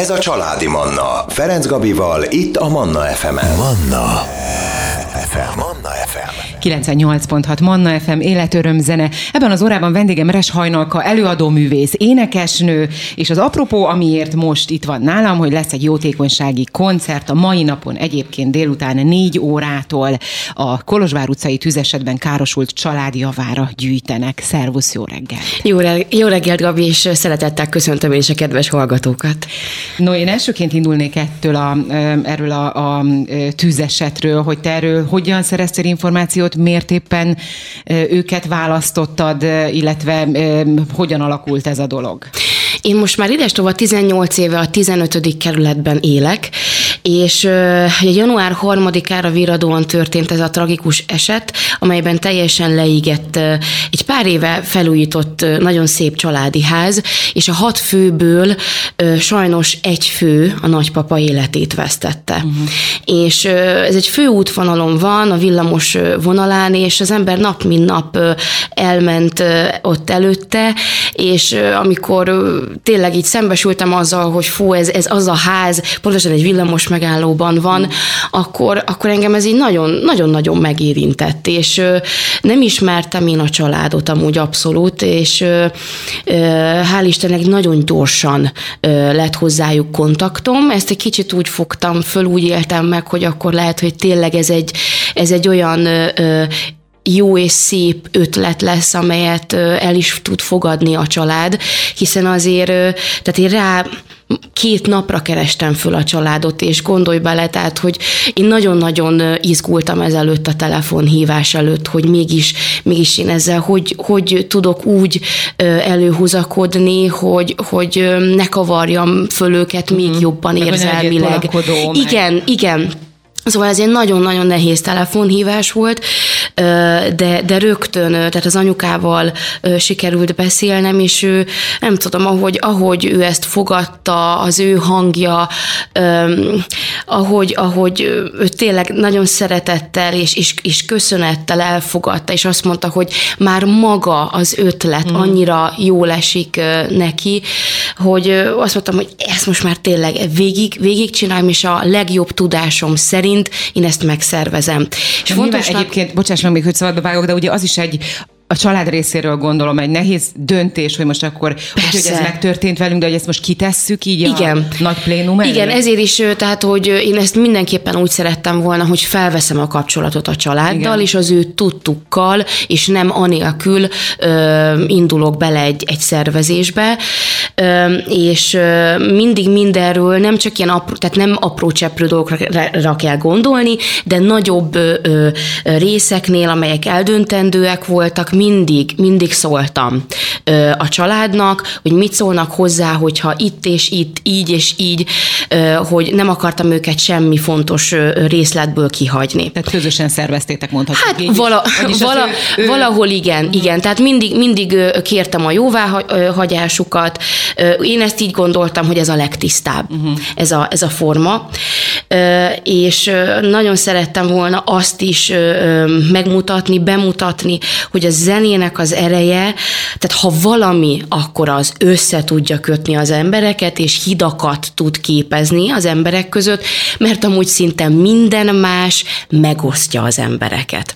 Ez a Családi Manna. Ferenc Gabival, itt a Manna FM-en. Manna FM. Manna FM. 98.6 Manna FM életöröm zene. Ebben az órában vendégem Res Hajnalka, előadóművész, énekesnő, és az apropó, amiért most itt van nálam, hogy lesz egy jótékonysági koncert a mai napon, egyébként délután 4 órától a Kolozsvár utcai tüzesetben károsult család javára gyűjtenek. Szervusz, jó reggel! Jó reggelt, Gabi, és szeretettel köszöntöm én is a kedves hallgatókat. No, én elsőként indulnék erről a tüzesetről, hogy te erről hogyan szereztél információt, miért éppen őket választottad, illetve hogyan alakult ez a dolog? Én most már idestova 18 éve a 15. kerületben élek, és január 3-ára virradóan történt ez a tragikus eset, amelyben teljesen leégett egy pár éve felújított nagyon szép családi ház, és a 6 főből sajnos egy fő, a nagypapa életét vesztette. Uh-huh. És ez egy főútvonalon van, a villamos vonalán, és az ember nap mint nap elment ott előtte, és amikor tényleg így szembesültem azzal, hogy fú, ez az a ház, pontosan egy villamos megállóban van, akkor engem ez így nagyon-nagyon megérintett, és nem ismertem én a családot amúgy abszolút, és hál' Istennek nagyon gyorsan lett hozzájuk kontaktom. Ezt egy kicsit úgy fogtam föl, úgy éltem meg, hogy akkor lehet, hogy tényleg ez egy olyan jó és szép ötlet lesz, amelyet el is tud fogadni a család, hiszen azért, tehát én rá 2 napra kerestem föl a családot, és gondolj bele, tehát, hogy én nagyon-nagyon izgultam ezelőtt a telefonhívás előtt, hogy mégis én ezzel hogy tudok úgy előhúzakodni, hogy ne kavarjam föl őket még jobban érzelmileg. Igen. Szóval ez egy nagyon-nagyon nehéz telefonhívás volt, de rögtön, tehát az anyukával sikerült beszélnem, és ő, nem tudom, ahogy ő ezt fogadta, az ő hangja, ahogy ő tényleg nagyon szeretettel és köszönettel elfogadta, és azt mondta, hogy már maga az ötlet annyira jól esik neki, hogy azt mondtam, hogy ezt most már tényleg végig csinálom, és a legjobb tudásom szerint én ezt megszervezem. És fontosnak... Egyébként, bocsáss meg még, hogy szabadba vágok, de ugye az is a család részéről gondolom egy nehéz döntés, hogy most akkor, hogy ez megtörtént velünk, de hogy ezt most kitesszük így a nagy plénum elé? Igen, ezért is, tehát, hogy én ezt mindenképpen úgy szerettem volna, hogy felveszem a kapcsolatot a családdal, és az ő tudtukkal, és nem anélkül indulok bele egy szervezésbe, és mindig mindenről nem csak ilyen apró, tehát nem apró cseprő dolgokra kell gondolni, de nagyobb részeknél, amelyek eldöntendőek voltak, mindig szóltam a családnak, hogy mit szólnak hozzá, hogyha itt és itt, így és így, hogy nem akartam őket semmi fontos részletből kihagyni. Tehát közösen szerveztétek, mondhatjuk. Hát valahol igen. Tehát mindig kértem a jóváhagyásukat. Én ezt így gondoltam, hogy ez a legtisztább, ez a forma. És nagyon szerettem volna azt is bemutatni, hogy a zenének az ereje, tehát ha valami, akkor az össze tudja kötni az embereket, és hidakat tud képezni az emberek között, mert amúgy szinte minden más megosztja az embereket.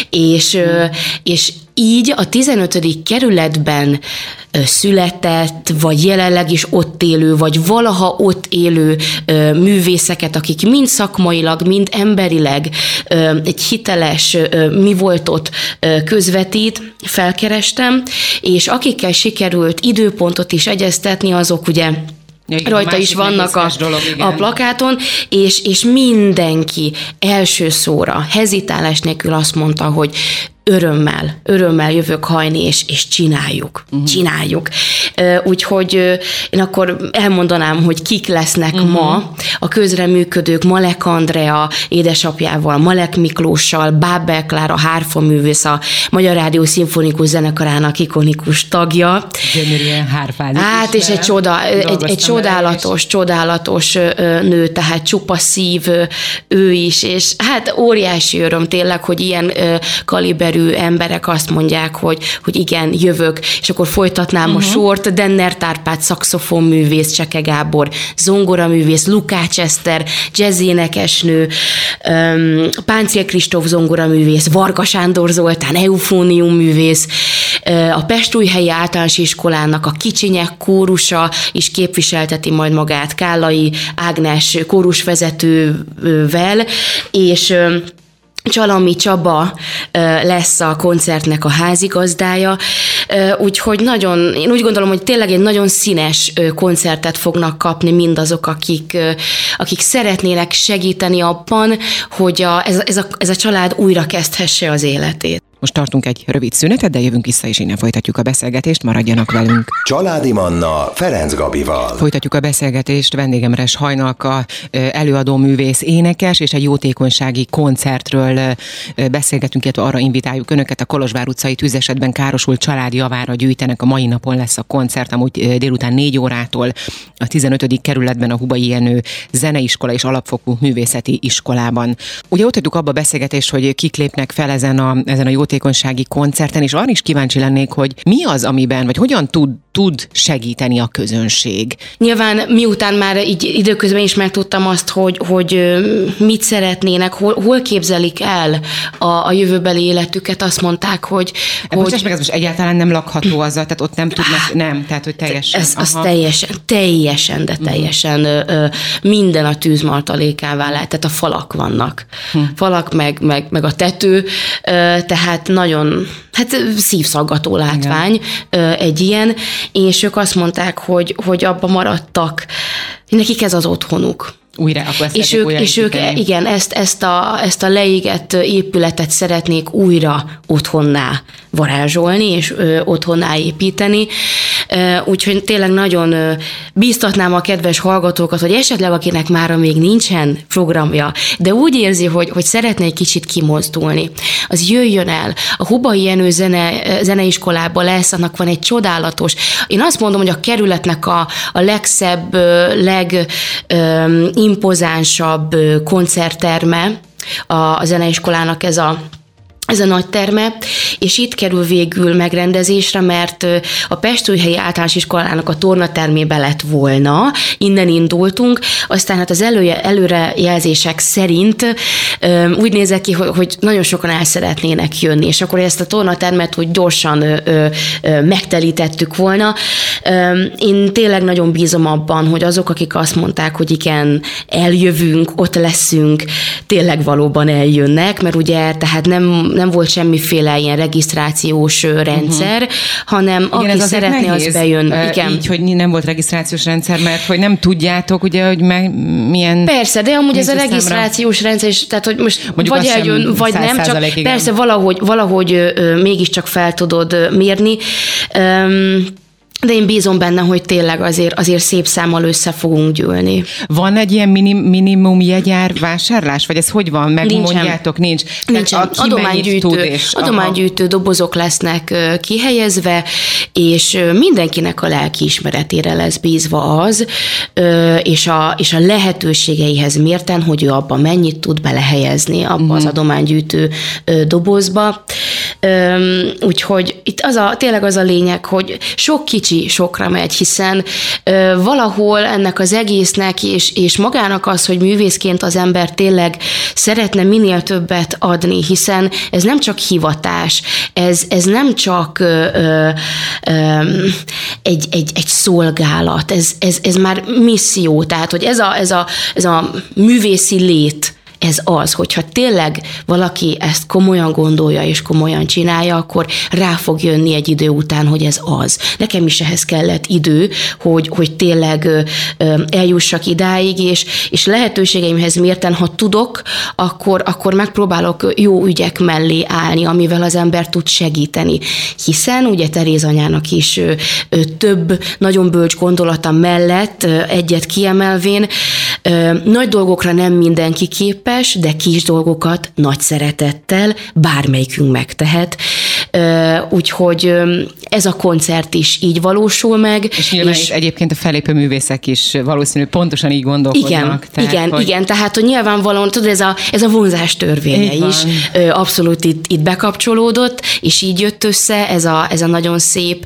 És így a 15. kerületben született, vagy jelenleg is ott élő, vagy valaha ott élő művészeket, akik mind szakmailag, mind emberileg egy hiteles mi volt ott közvetít, felkerestem, és akikkel sikerült időpontot is egyeztetni, azok ugye rajta is vannak a plakáton, és mindenki első szóra, hezitálás nélkül azt mondta, hogy örömmel jövök hajni, és csináljuk. Úgyhogy én akkor elmondanám, hogy kik lesznek ma a közreműködők: Malek Andrea édesapjával, Malek Miklóssal, Bábel Klára hárfaművész, a Magyar Rádió Szimfonikus Zenekarának ikonikus tagja. Gyönyörűen hárfázik. Hát, és egy csodálatos nő, tehát csupa szív ő is, és hát óriási öröm tényleg, hogy ilyen kaliberű ismerő emberek azt mondják, hogy igen, jövök, és akkor folytatnám a sort, Denner Árpád, szaxofonművész, Cseke Gábor, zongoraművész, Lukács Eszter, jazzénekesnő, Páncél Kristóf zongoraművész, Varga Sándor Zoltán, eufóniumművész, a Pestújhelyi Általános Iskolának a Kicsinyek kórusa is képviselteti majd magát Kállai Ágnes kórusvezetővel, és Csalami Csaba lesz a koncertnek a házigazdája, úgyhogy én úgy gondolom, hogy tényleg egy nagyon színes koncertet fognak kapni mindazok, akik szeretnének segíteni abban, hogy ez a család újra kezdhesse az életét. Most tartunk egy rövid szünetet, de jövünk vissza, és innen folytatjuk a beszélgetést, maradjanak velünk. Családi Manna Ferenc Gabival. Folytatjuk a beszélgetést, vendégem Res Hajnalka, előadóművész, énekes, és egy jótékonysági koncertről beszélgetünk, illetve arra invitáljuk önöket. A Kolozsvár utcai tűzesetben károsult család javára gyűjtenek. A mai napon lesz a koncert, amúgy délután 4 órától a 15. kerületben a Hubai Jenő Zeneiskola és Alapfokú Művészeti Iskolában. Ugye ott hagytuk abba a beszélgetést, hogy kik lépnek fel ezen a jótékonysági koncerten, és arra is kíváncsi lennék, hogy mi az, amiben, vagy hogyan tud segíteni a közönség? Nyilván miután már így időközben is megtudtam azt, hogy mit szeretnének, hol képzelik el a jövőbeli életüket, azt mondták, hogy... Bocsáss meg, ez most egyáltalán nem lakható azzal, tehát ott nem tudnak, nem, tehát hogy teljesen... Ez teljesen minden a tűzmartalékává lehet, tehát a falak vannak. Falak, meg a tető, tehát nagyon, szívszaggató látvány. Igen. Egy ilyen, és ők azt mondták, hogy abba maradtak, nekik ez az otthonuk. Újra, akkor és ők igen, ezt a leégett épületet szeretnék újra otthonná varázsolni, és otthonná építeni. Úgyhogy tényleg nagyon bíztatnám a kedves hallgatókat, hogy esetleg akinek mára még nincsen programja, de úgy érzi, hogy szeretne egy kicsit kimozdulni, az jöjjön el. A Hubai Jenő Zeneiskolába lesz, annak van egy csodálatos, én azt mondom, hogy a kerületnek a legszebb, legimpozánsabb koncertterme a zeneiskolának ez a nagy terme, és itt kerül végül megrendezésre, mert a Pestújhelyi Általános Iskolának a tornatermébe lett volna, innen indultunk, aztán hát az előrejelzések szerint úgy nézett ki, hogy nagyon sokan el szeretnének jönni, és akkor ezt a tornatermet úgy gyorsan megtelítettük volna. Én tényleg nagyon bízom abban, hogy azok, akik azt mondták, hogy igen, eljövünk, ott leszünk, tényleg valóban eljönnek, mert ugye tehát nem volt semmiféle ilyen regisztrációs rendszer, hanem igen, aki szeretné, nehéz, az bejön. Igen. Így, hogy nem volt regisztrációs rendszer, mert hogy nem tudjátok, ugye, hogy milyen... Persze, de amúgy ez a regisztrációs rendszer, tehát hogy most mondjuk vagy eljön, vagy nem, csak igen. Persze valahogy mégiscsak fel tudod mérni. De én bízom benne, hogy tényleg azért szép számmal össze fogunk gyűlni. Van egy ilyen minimum jegyár vásárlás? Vagy ez hogy van? Megmondjátok, nincs? Nincsen. Adománygyűjtő dobozok lesznek kihelyezve, és mindenkinek a lelkiismeretére lesz bízva az, és a lehetőségeihez mérten, hogy ő abban mennyit tud belehelyezni abba az adománygyűjtő dobozba. Úgyhogy itt tényleg az a lényeg, hogy sok kicsi sokra megy, hiszen valahol ennek az egésznek és magának az, hogy művészként az ember tényleg szeretne minél többet adni, hiszen ez nem csak hivatás, ez nem csak egy szolgálat, ez már misszió, tehát hogy ez a művészi lét, ez az, hogyha tényleg valaki ezt komolyan gondolja és komolyan csinálja, akkor rá fog jönni egy idő után, hogy ez az. Nekem is ehhez kellett idő, hogy tényleg eljussak idáig, és lehetőségeimhez mérten, ha tudok, akkor megpróbálok jó ügyek mellé állni, amivel az ember tud segíteni. Hiszen ugye Teréz anyának is több nagyon bölcs gondolata mellett egyet kiemelvén, nagy dolgokra nem mindenki képes, de kis dolgokat nagy szeretettel bármelyikünk megtehet. Úgyhogy ez a koncert is így valósul meg. És nyilván egyébként a fellépő művészek is valószínű pontosan így gondolkodnak. Igen, tehát hogy nyilvánvalóan, tudod, ez a vonzás törvénye is abszolút itt bekapcsolódott, és így jött össze ez a nagyon szép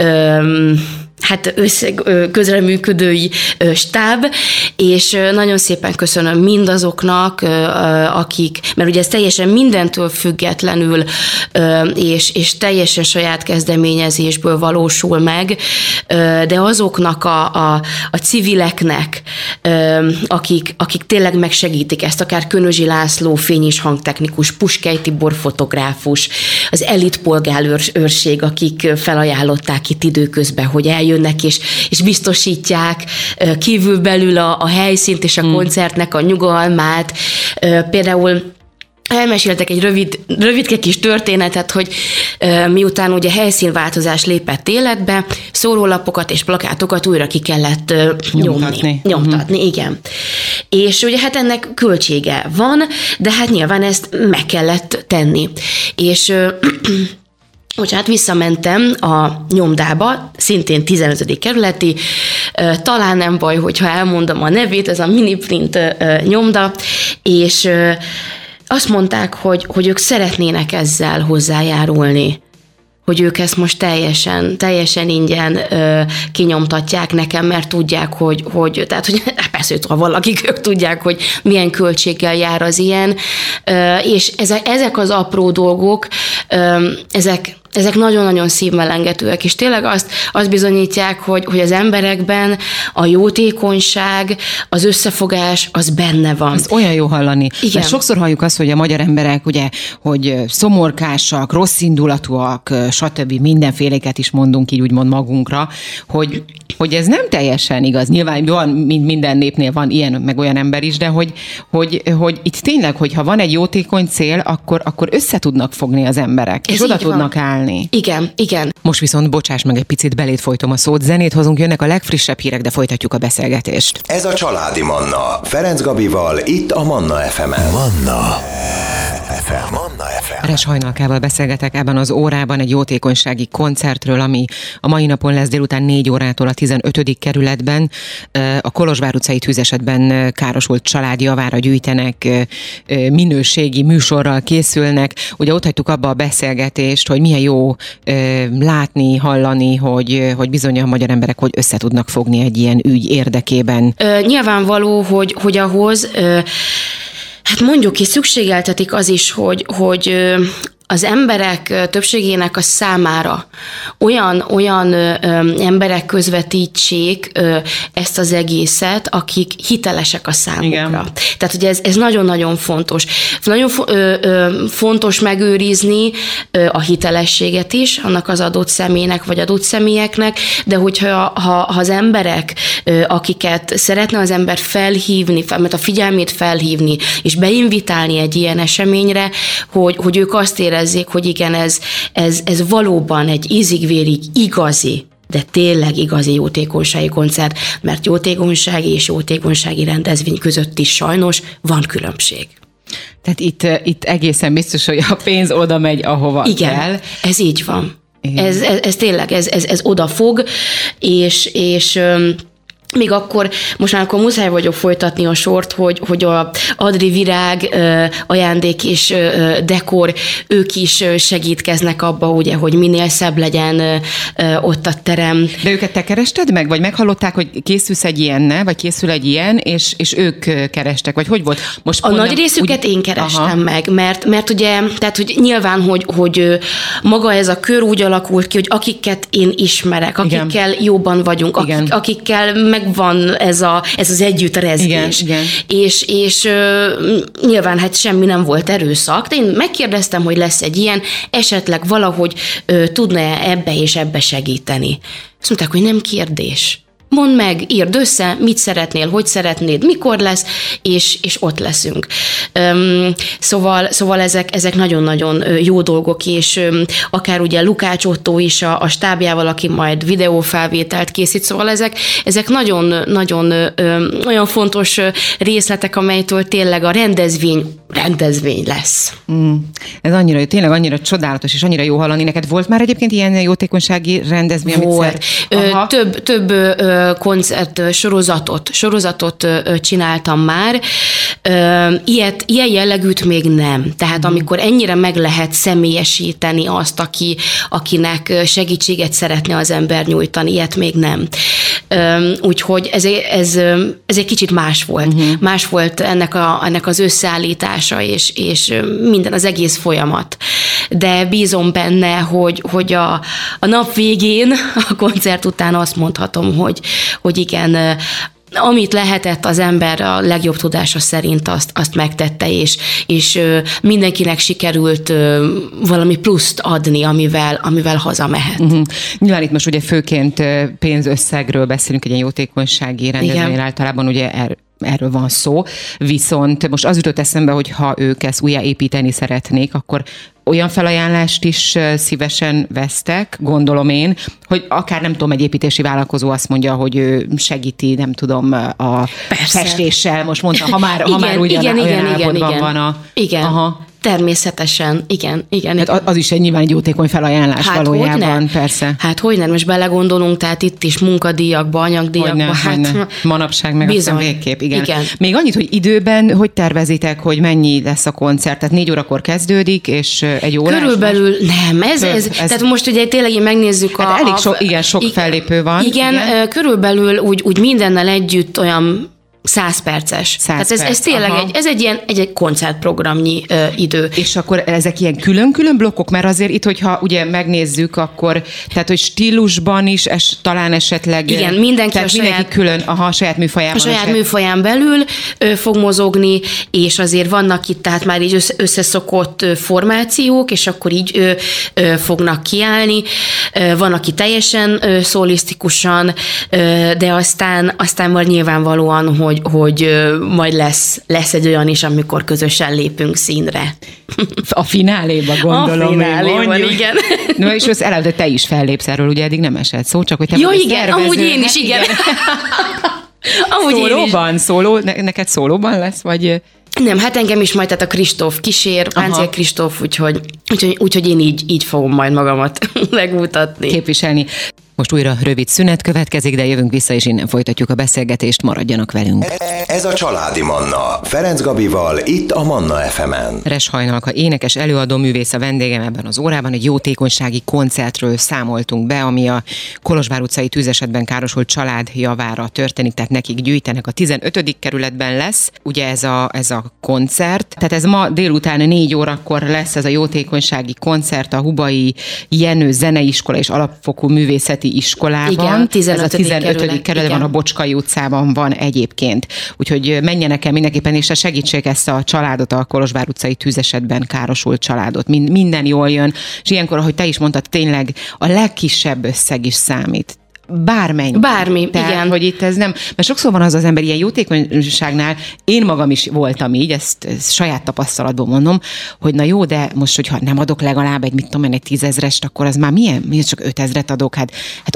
közreműködői stáb, és nagyon szépen köszönöm mindazoknak, akik, mert ugye ez teljesen mindentől függetlenül, és teljesen saját kezdeményezésből valósul meg, de azoknak a civileknek, akik tényleg megsegítik ezt, akár Könözsi László, fény- és hangtechnikus, Puskely Tibor fotográfus, az elit polgárőrség, akik felajánlották itt időközben, hogy eljönnek és biztosítják kívülbelül a helyszínt és a koncertnek a nyugalmát. Például elmeséltek egy rövidke kis történetet, hogy miután ugye helyszínváltozás lépett életbe, szórólapokat és plakátokat újra ki kellett nyomtatni, igen. És ugye hát ennek költsége van, de hát nyilván ezt meg kellett tenni. És hát visszamentem a nyomdába, szintén 15. kerületi, talán nem baj, hogyha elmondom a nevét, ez a Miniprint nyomda, és azt mondták, hogy ők szeretnének ezzel hozzájárulni, hogy ők ezt most teljesen ingyen kinyomtatják nekem, mert tudják, hogy persze, ha valakik, ők tudják, hogy milyen költséggel jár az ilyen, és ezek az apró dolgok, ezek nagyon-nagyon szívmelengetőek, és tényleg azt bizonyítják, hogy az emberekben a jótékonyság, az összefogás, az benne van. Ez olyan jó hallani. Igen. Mert sokszor halljuk azt, hogy a magyar emberek, ugye, hogy szomorkásak, rosszindulatúak, stb. Mindenféléket is mondunk így úgymond magunkra, hogy ez nem teljesen igaz. Nyilván van, minden népnél van ilyen, meg olyan ember is, de hogy itt tényleg, hogyha van egy jótékony cél, akkor össze tudnak fogni az emberek, és oda tudnak állni. Igen. Most viszont bocsáss meg, egy picit beléd folytom a szót, zenét hozunk, jönnek a legfrissebb hírek, de folytatjuk a beszélgetést. Ez a Családi Manna, Ferenc Gabival, itt a Manna FM-en. Manna FM. Res Hajnalkával beszélgetek ebben az órában egy jótékonysági koncertről, ami a mai napon lesz délután 4 órától a 15. kerületben. A Kolozsvár utcai tűzesetben károsult család javára gyűjtenek, minőségi műsorral készülnek. Ugye ott hagytuk abba a beszélgetést, hogy milyen jó látni, hallani, hogy bizony a magyar emberek hogy össze tudnak fogni egy ilyen ügy érdekében. Nyilvánvaló, hogy ahhoz hát mondjuk ki, szükségeltetik az is, hogy az emberek többségének a számára olyan emberek közvetítsék ezt az egészet, akik hitelesek a számukra. Igen. Tehát ugye ez nagyon-nagyon fontos. Nagyon fontos megőrizni a hitelességet is annak az adott személynek vagy adott személyeknek, de hogyha az emberek, akiket szeretne az ember felhívni, mert a figyelmét felhívni, és beinvitálni egy ilyen eseményre, hogy ők azt érezzék, hogy igen, ez valóban egy ízig-vérig igazi, de tényleg igazi jótékonysági koncert, mert jótékonysági és jótékonysági rendezvény között is sajnos van különbség. Tehát itt egészen biztos, hogy a pénz oda megy, ahova kell. Ez így van. Ez tényleg, ez oda fog, és még akkor, most már akkor muszáj vagyok folytatni a sort, hogy a Adri Virág, ajándék és dekor, ők is segítkeznek abba, ugye, hogy minél szebb legyen ott a terem. De őket te kerested meg? Vagy meghallották, hogy készülsz egy ilyennel, vagy készül egy ilyen, és ők kerestek? Vagy hogy volt? Most a nagy részüket én kerestem meg, mert ugye, tehát hogy nyilván, hogy maga ez a kör úgy alakult ki, hogy akiket én ismerek, akikkel jóban vagyunk, akikkel megvan ez az együttrezgés. Igen. És nyilván hát semmi nem volt erőszak, de én megkérdeztem, hogy lesz egy ilyen, esetleg valahogy tudna ebbe és ebbe segíteni. Azt mondták, hogy nem kérdés. Mondd meg, írd össze, mit szeretnél, hogy szeretnéd, mikor lesz, és ott leszünk. Szóval ezek nagyon-nagyon jó dolgok, és akár ugye Lukács Ottó is a stábjával, aki majd videófelvételt készít, szóval ezek nagyon olyan fontos részletek, amelytől tényleg a rendezvény rendezvény lesz. Ez annyira, tényleg annyira csodálatos, és annyira jó hallani. Neked volt már egyébként ilyen jótékonysági rendezvény? Volt. Több koncert sorozatot csináltam már. Ilyen jellegűt még nem. Tehát amikor ennyire meg lehet személyesíteni azt, akinek segítséget szeretne az ember nyújtani, ilyet még nem. Úgyhogy ez egy kicsit más volt. Más volt ennek az összeállítása, és minden, az egész folyamat. De bízom benne, hogy a nap végén, a koncert után azt mondhatom, hogy igen, amit lehetett, az ember a legjobb tudása szerint azt megtette, és mindenkinek sikerült valami pluszt adni, amivel hazamehet. Nyilván itt most ugye főként pénzösszegről beszélünk, egy ilyen jótékonysági rendezvény, általában ugye erről van szó, viszont most az jutott eszembe, hogy ha ők ezt újjáépíteni szeretnék, akkor olyan felajánlást is szívesen vesztek, gondolom én, hogy akár nem tudom, egy építési vállalkozó azt mondja, hogy ő segíti, nem tudom, a festéssel, most mondta, ha már olyan állapotban van a... Igen. Aha. Természetesen, igen. Hát az is nyilván egy jótékony felajánlás valójában, persze. Hát hogy nem, most belegondolunk, tehát itt is munkadíjakba, anyagdíjakba. Hogyne. Manapság meg aztán végképp, igen. Még annyit, hogy időben, hogy tervezitek, hogy mennyi lesz a koncert? Tehát 4 órakor kezdődik, és egy órás? Körülbelül nem, ez. Tehát most ugye tényleg megnézzük hát elég sok fellépő van. Igen, körülbelül úgy mindennel együtt olyan 100 perces. Tehát ez tényleg egy koncertprogramnyi idő. És akkor ezek ilyen külön-külön blokkok? Mert azért itt, hogyha ugye megnézzük, akkor tehát, hogy stílusban is talán esetleg... Igen, mindenki külön a saját műfajában. A saját műfaján belül fog mozogni, és azért vannak itt tehát már így összeszokott formációk, és akkor így fognak kiállni. Van, aki teljesen szolisztikusan, de aztán majd nyilvánvalóan, hogy majd lesz egy olyan is, amikor közösen lépünk színre. A fináléba gondolom. A fináléban, igen. No, és az eleve te is fellépsz erről, ugye eddig nem esett szó, csak hogy te jó, igen, szervező, amúgy én is, igen. Szóló, neked szólóban lesz, vagy... Nem, hát engem is majd, tehát a Kristóf kísér, Páncél Kristóf, úgyhogy én így fogom majd magamat megmutatni. Képviselni. Most újra rövid szünet következik, de jövünk vissza, és innen folytatjuk a beszélgetést, maradjanak velünk. Ez a Családi Manna, Ferenc Gabival, itt a Manna FM-en. Res Hajnalka énekes, előadó művész a vendégem ebben az órában. Egy jótékonysági koncertről számoltunk be, ami a Kolozsvár utcai tűzesetben károsult család javára történik, tehát nekik gyűjtenek. A 15. kerületben lesz ugye ez a koncert. Tehát ez ma délután 4 órakor lesz ez a jótékonysági koncert a Hubai Jenő Zeneiskola és Alapfokú Művészeti Iskolában. Igen, 15. Ez a 15. kerületben, a Bocskai utcában van egyébként. Úgyhogy menjenek el mindenképpen, és segítsék ezt a családot, a Kolozsvár utcai tűzesetben károsult családot. Minden jól jön, és ilyenkor, ahogy te is mondtad, tényleg a legkisebb összeg is számít. Bármi, tehát, igen. Hogy itt ez nem, mert sokszor van az ember ilyen jótékonyságnál, én magam is voltam így, ezt saját tapasztalatból mondom, hogy na jó, de most, hogyha nem adok legalább egy 10 000-est, akkor az már milyen? Csak 5 000-et adok? Hát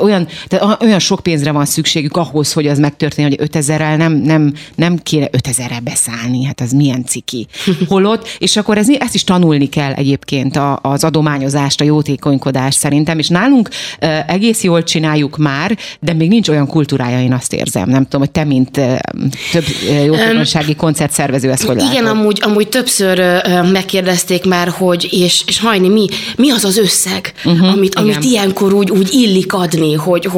olyan sok pénzre van szükségük ahhoz, hogy az megtörténjen, hogy 5 000-rel nem kéne 5 000-re beszállni, hát az milyen ciki. Holott, és akkor ezt is tanulni kell egyébként az adományozást, a jótékonykodást szerintem, és nálunk egész jól csináljuk már, de még nincs olyan kultúrája, én azt érzem. Nem tudom, hogy te, mint több jótékonysági koncertszervező, ezt hogy látod? Igen, amúgy többször megkérdezték már, hogy és Hajni, mi az az összeg, amit ilyenkor úgy illik adni,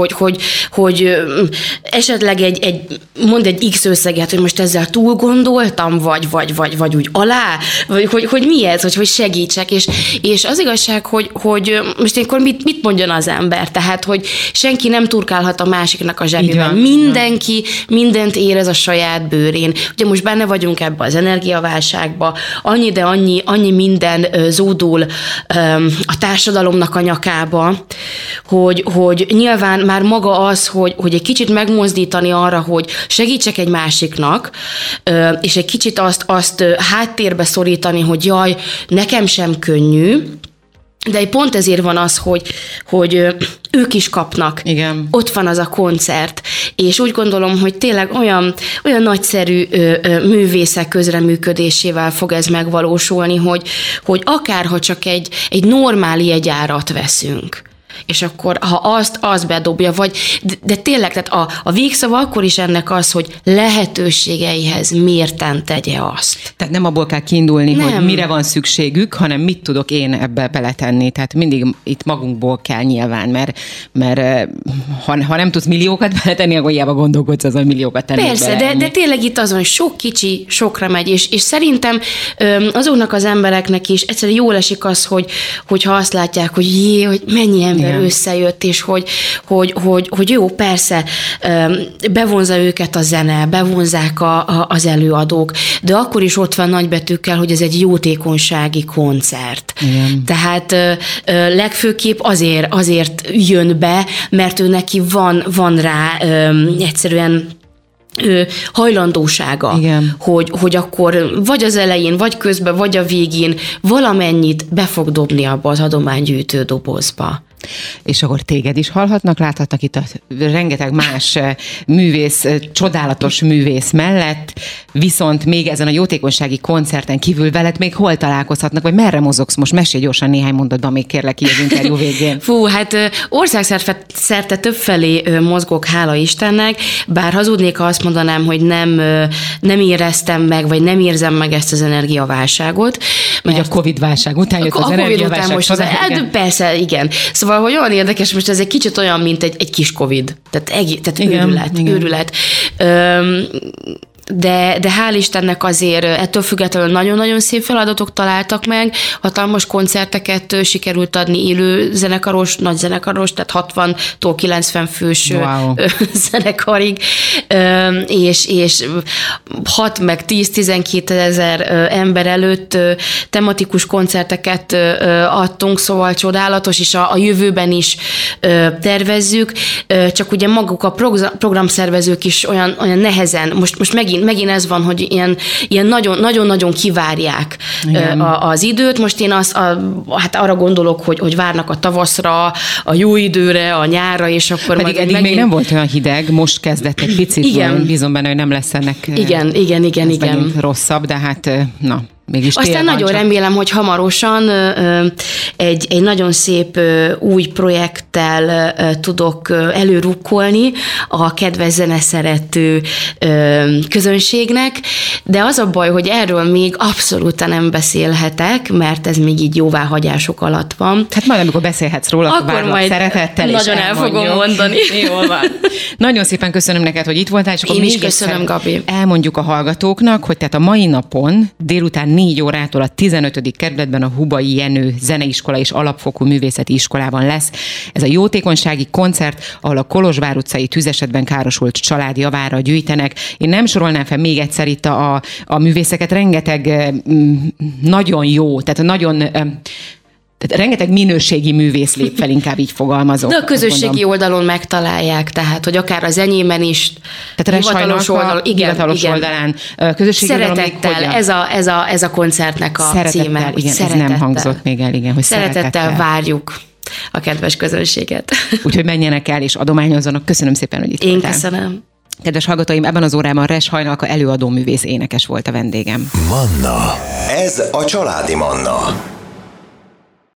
hogy esetleg mondd egy X összeget, hogy most ezzel túl gondoltam, vagy úgy alá, vagy hogy mi ez, hogy segítsek, és az igazság, hogy most ilyenkor mit mondjon az ember, tehát, hogy senki nem turkálhat a másiknak a zsebében. Mindenki mindent érez a saját bőrén. Ugye most benne vagyunk ebbe az energiaválságba, annyi minden zúdul a társadalomnak a nyakába, hogy nyilván már maga az, hogy egy kicsit megmozdítani arra, hogy segítsek egy másiknak, és egy kicsit azt háttérbe szorítani, hogy jaj, nekem sem könnyű, De pont ezért van az, hogy ők is kapnak. Igen. Ott van az a koncert. És úgy gondolom, hogy tényleg olyan nagyszerű művészek közreműködésével fog ez megvalósulni, hogy akárha csak egy normál jegyárat veszünk, és akkor ha azt bedobja, de tényleg, tehát a végszava akkor is ennek az, hogy lehetőségeihez mérten tegye azt. Tehát nem abból kell kiindulni, hogy mire van szükségük, hanem mit tudok én ebbe beletenni. Tehát mindig itt magunkból kell nyilván, mert ha nem tudsz milliókat beletenni, akkor hiába gondolkodsz azon, hogy milliókat tenni. Persze, de tényleg itt azon sok kicsi sokra megy, és szerintem azoknak az embereknek is egyszerűen jól esik az, hogyha azt látják, hogy mennyi ember összejött, és hogy jó, persze, bevonza őket a zene, bevonzák az előadók, de akkor is ott van nagybetűkkel, hogy ez egy jótékonysági koncert. Igen. Tehát legfőképp azért jön be, mert ő neki van rá egyszerűen hajlandósága, hogy akkor vagy az elején, vagy közben, vagy a végén valamennyit be fog dobni abba az adománygyűjtő dobozba. És akkor téged is hallhatnak, láthatnak itt a rengeteg más művész, csodálatos művész mellett, viszont még ezen a jótékonysági koncerten kívül veled még hol találkozhatnak, vagy merre mozogsz most? Mesélj gyorsan néhány mondatban, még kérlek így az interjú végén. Hát országszerte többfelé mozgok, hála Istennek, bár hazudnék, ha azt mondanám, hogy nem éreztem meg, vagy nem érzem meg ezt az energiaválságot. Ugye a Covid-válság után jött az energiaválság. Persze, igen. Szóval, hogy olyan érdekes, most ez egy kicsit olyan, mint egy kis Covid. Tehát őrület. De hál' Istennek azért ettől függetlenül nagyon-nagyon szép feladatok találtak meg, hatalmas koncerteket sikerült adni élő zenekaros, nagy zenekaros, tehát 60-tól 90 fős zenekarig, és 6 meg 10-12 ezer ember előtt tematikus koncerteket adtunk, szóval csodálatos, és a jövőben is tervezzük, csak ugye maguk a programszervezők is olyan nehezen, most megint ez van, hogy ilyen nagyon-nagyon kivárják az időt. Most én hát arra gondolok, hogy várnak a tavaszra, a jó időre, a nyárra, és akkor pedig eddig még nem volt olyan hideg, most kezdett egy picit. Igen. Bízom benne, hogy nem lesz ennek igen. rosszabb, de hát aztán nagyon remélem, hogy hamarosan egy nagyon szép új projekttel tudok előrukkolni a kedves zeneszerető közönségnek, de az a baj, hogy erről még abszolút nem beszélhetek, mert ez még így jóváhagyások alatt van. Hát majd, amikor beszélhetsz róla, akkor majd szeretettel nagyon el fogom mondani. Jól van. Nagyon szépen köszönöm neked, hogy itt voltál, és akkor én is köszönöm, Gabi. Elmondjuk a hallgatóknak, hogy tehát a mai napon délután 4 órától a 15. kerületben a Hubai Jenő Zeneiskola és Alapfokú Művészeti Iskolában lesz. Ez a jótékonysági koncert, ahol a Kolozsvár utcai tüzesetben károsult család javára gyűjtenek. Én nem sorolnám fel még egyszer itt a művészeket, rengeteg nagyon jó, tehát rengeteg minőségi művész lép fel, inkább így fogalmazok. De a közösségi oldalon megtalálják, tehát, hogy akár az enyémben is, tehát hivatalos oldalán, közösségi szeretettel, ez a koncertnek a címe. Igen, szeretettel. Ez nem hangzott még el, igen, hogy szeretettel várjuk a kedves közönséget. Úgyhogy menjenek el és adományozzanak. Köszönöm szépen, hogy itt voltál. Én köszönöm. Kedves hallgatóim, ebben az órában Ress Hajnalka előadó művész énekes volt a vendégem. Manna. Ez a Családi Manna.